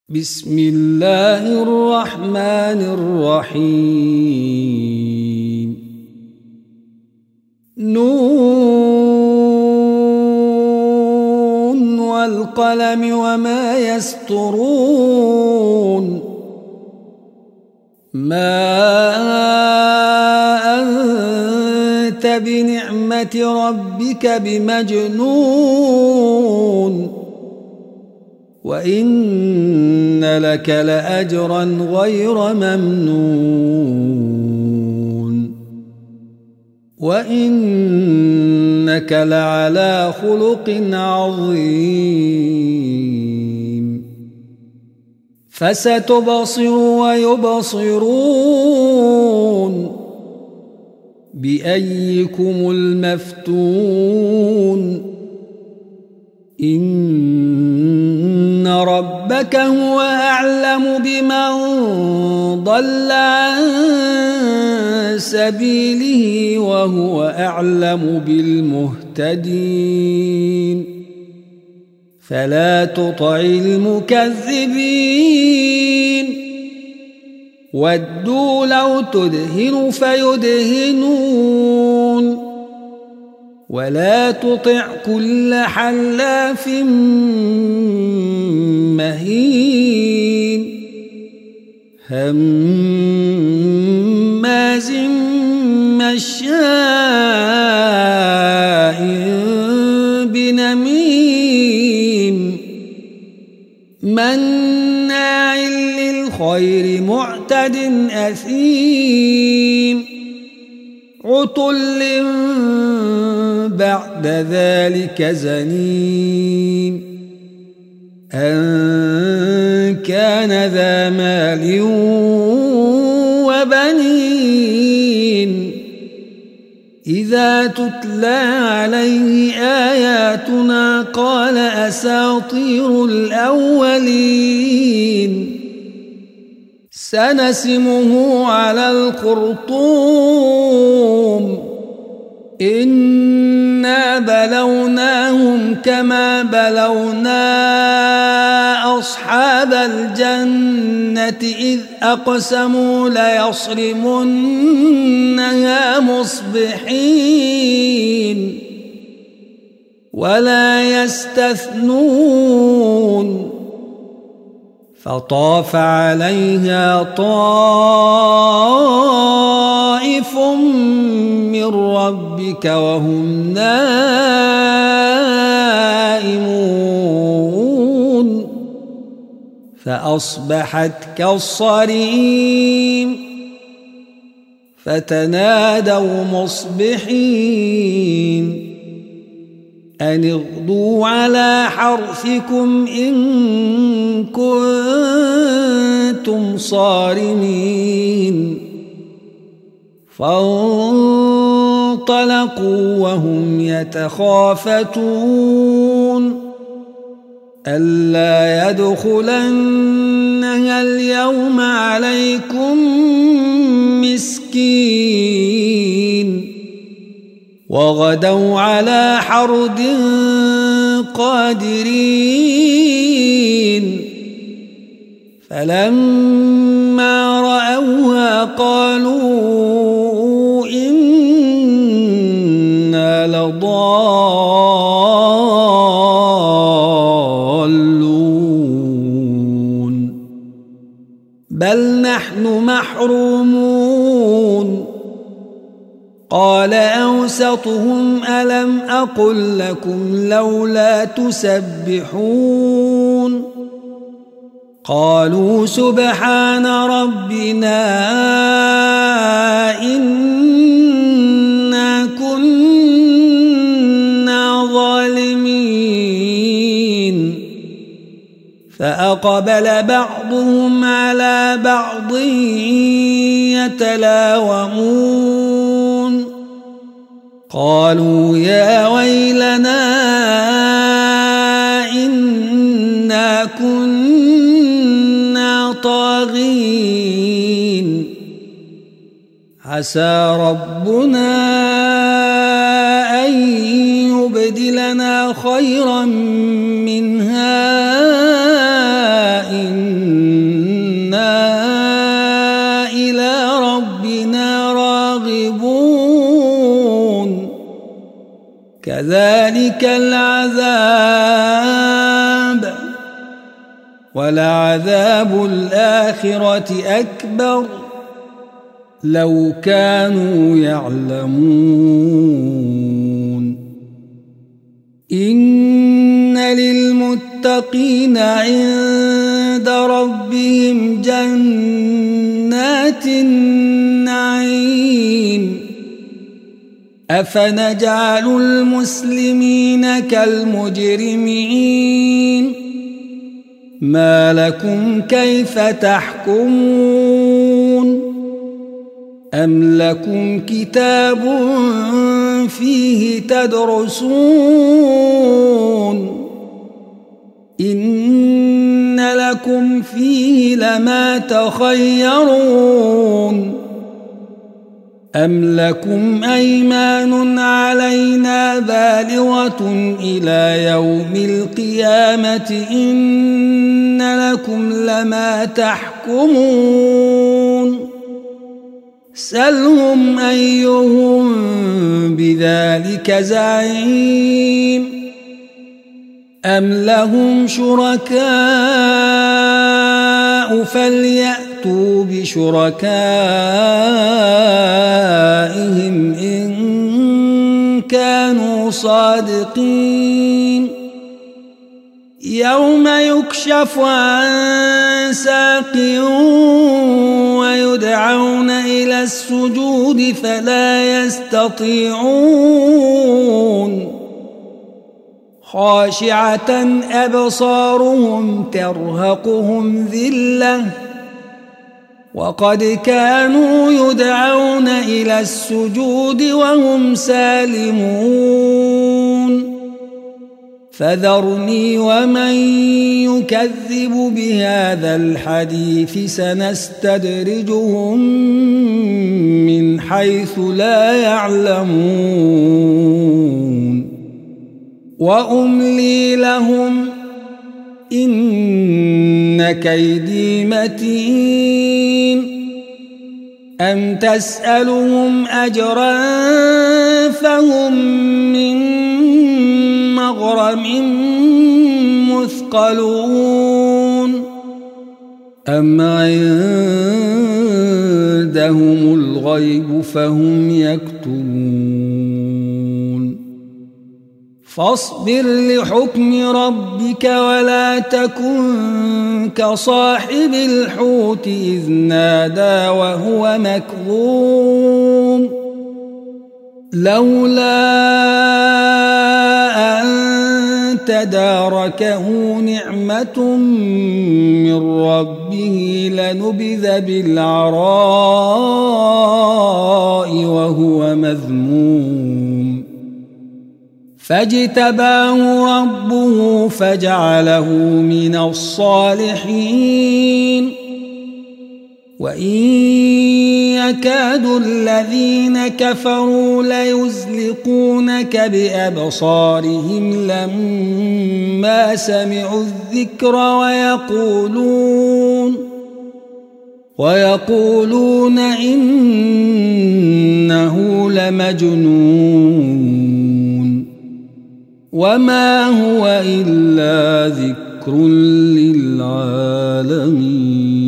بسم الله الرحمن الرحيم نون والقلم وما يسطرون ما أنت بنعمة ربك بمجنون وإن لك لأجرا غير ممنون وإنك لعلى خلق عظيم فستبصر ويبصرون بأيكم المفتون إن ربك هو أعلم بمن ضل عن سبيله وهو أعلم بالمهتدين فلا تطع المكذبين ودوا لو تدهن فيدهنون ولا تطع كل حلاف مهين هماز مشاء بنميم مناع للخير معتد أثيم عتل بعد ذلك زنيم أن كان ذا مال وبنين إذا تتلى عليه آياتنا قال أساطير الأولين سنسمه على الخرطوم إنا بلوناهم كما بلونا أصحاب الجنة إذ أقسموا ليصرمنها مصبحين ولا يستثنون فطاف عليها طائف من ربك وهم نائمون فأصبحت كالصريم فتنادوا مصبحين أن اغدوا على حرثكم إن كنتم صارمين فانطلقوا وهم يتخافتون ألا يدخلنها اليوم عليكم مسكين وغدوا على حرد قادرين فلما رأوها قالوا إنا لضالون بل نحن محرومون قال أوسطهم ألم أقل لكم لولا تسبحون قالوا سبحان ربنا إنا كنا ظالمين فأقبل بعضهم على بعض يتلاومون قالوا يا ويلنا إنا كنا طاغين عسى ربنا أن يبدلنا خيرا منها إنا فذلك العذاب، ولعذاب الآخرة أكبر لو كانوا يعلمون. إن للمتقين عند ربهم جنات النعيم. أفنجعل المسلمين كالمجرمين؟ ما لكم كيف تحكمون؟ أم لكم كتاب فيه تدرسون؟ إن لكم فيه لما تخيرون. أم لكم أيمان علينا بالغة إلى يوم القيامة إن لكم لما تحكمون. سلهم أيهم بذلك زعيم. أم لهم شركاء فليأتوا بشركائهم إن كانوا صادقين. يوم يكشف عن ساق ويدعون إلى السجود فلا يستطيعون. خاشعة أبصارهم ترهقهم ذلة وقد كانوا يدعون إلى السجود وهم سالمون. فذرني ومن يكذب بهذا الحديث سنستدرجهم من حيث لا يعلمون وأملي لهم إن كيدي متين. أم تسألهم أجرا فهم من مغرم مثقلون أم عندهم الغيب فهم يكتبون. فاصبر لحكم ربك ولا تكن كصاحب الحوت إذ نادى وهو مكظوم لولا أن تداركه نعمة من ربه لنبذ بالعراء وهو مذموم فاجتباه ربه فجعله من الصالحين. وإن يكاد الذين كفروا ليزلقونك بأبصارهم لما سمعوا الذكر ويقولون إنه لمجنون وما هو إلا ذكر للعالمين.